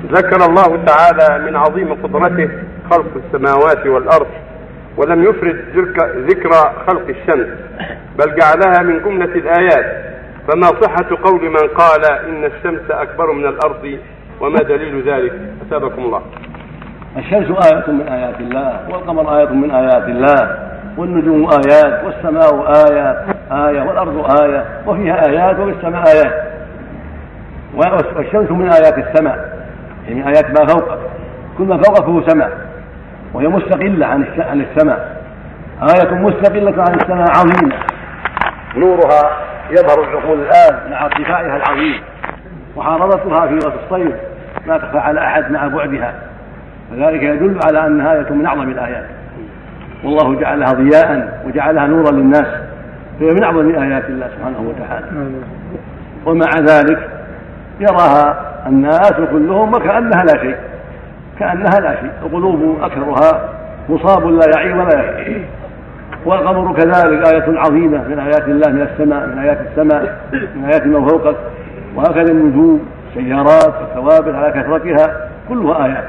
ذكر الله تعالى من عظيم قدرته خلق السماوات والأرض، ولم يفرد ذكر خلق الشمس، بل جعلها من جملة الآيات. فما صحة قول من قال إن الشمس أكبر من الأرض، وما دليل ذلك؟ أثابكم الله. الشمس آية من آيات الله، والقمر آية من آيات الله، والنجوم آيات، والسماء آية، والأرض آية، وفيها آيات، وفي السماء آيات. والشمس من آيات السماء، يعني آيات ما فوقه، كل ما فوقه فهو سماء، وهي مستقلة عن السماء، آية مستقلة عن السماء عظيمة، نورها يظهر العقول الآن مع ارتفاعها العظيم، وحارضتها في وقت الصيف لا تخفى على أحد مع بعدها، فذلك يدل على أنها آية من أعظم الآيات. والله جعلها ضياء وجعلها نورا للناس، فهي من أعظم آيات الله سبحانه وتعالى. ومع ذلك يراها الناس كلهم وكأنها لا شيء، كأنها لا شيء، القلوب أكثرها مصاب لا يعي ولا يخفي. والقمر كذلك آية عظيمة من آيات الله، من السماء، من آيات السماء، من آيات ما فوقك. وهكذا النجوم، السيارات، الثوابت على كثرتها كلها آيات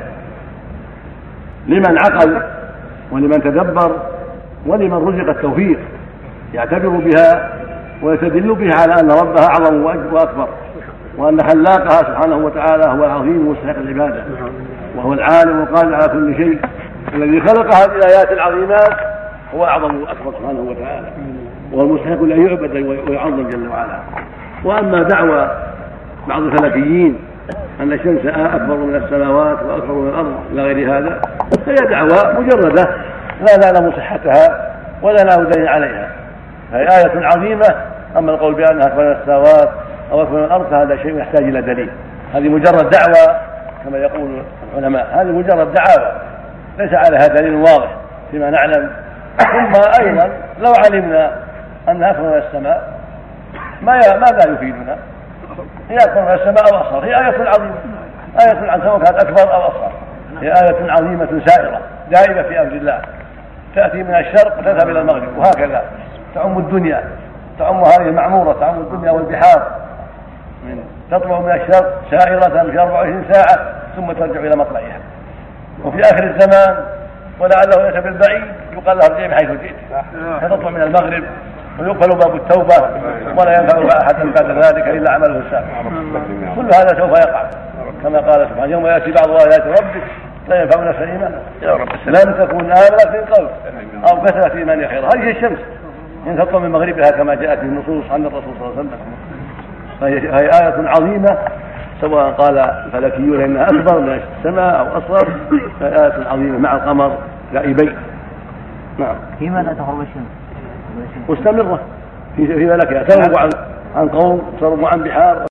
لمن عقل ولمن تدبر ولمن رزق التوفيق، يعتبر بها ويستدل بها على أن ربها أعظم وأكبر، وأن خلاقها سبحانه وتعالى هو العظيم ومستحق العبادة، وهو العالم القادر على كل شيء، الذي خلق هذه الآيات العظيمات هو أعظم وأكبر سبحانه وتعالى، وهو المستحق أن يعبد ويعظم جل وعلا. وأما دعوى بعض الفلكيين أن الشمس أكبر من السماوات وأكبر من الأرض إلى غير هذا، فهي دعوى مجردة لا نعلم صحتها ولا نعلم دليل عليها، فهي آية عظيمة. أما القول بأنها أكبر من السماوات أو أكبر من الأرض فهذا شيء يحتاج إلى دليل، هذه مجرد دعوى كما يقول العلماء، هذه مجرد دعاوى ليس عليها دليل واضح فيما نعلم. ثم أيضا لو علمنا أنها أكبر من السماء ماذا يفيدنا؟ هي أكبر من السماء أو أصغر، هي آية عظيمة، آية عن سواء كانت أكبر أو أصغر، هي آية عظيمة سائرة دائمة في أمر الله، تأتي من الشرق وتذهب إلى المغرب، وهكذا تعم الدنيا، تعم هذه المعمورة، تعم الدنيا والبحار، تطلع من الشرق سائرة في 24 ساعة ثم ترجع إلى مطلعها. وفي آخر الزمان ولعله ليس بالبعيد يقال لها ارجعي بحيث جئت، فتطلع من المغرب ويقبل باب التوبة ولا ينفع أحدا بعد ذلك إلا عمله السابق. كل هذا سوف يقع كما قال سبحانه: يوم يأتي بعض آيات ربك لا ينفع نفسا إيمانها لم تكن آمنت من قبل أو كسبت إيمانها خيرا. هذه الشمس إن تطلع من مغربها كما جاءت في النصوص عن الرسول صلى الله عليه وسلم، فهي آية عظيمة، سواء قال الفلكيون إنها أكبر من السماء أو أصغر، فهي آية عظيمة مع القمر غائبين. نعم. فيما لا تغرب الشمس مستمرة في فلكها، تغرب عن قوم، تغرب عن بحار.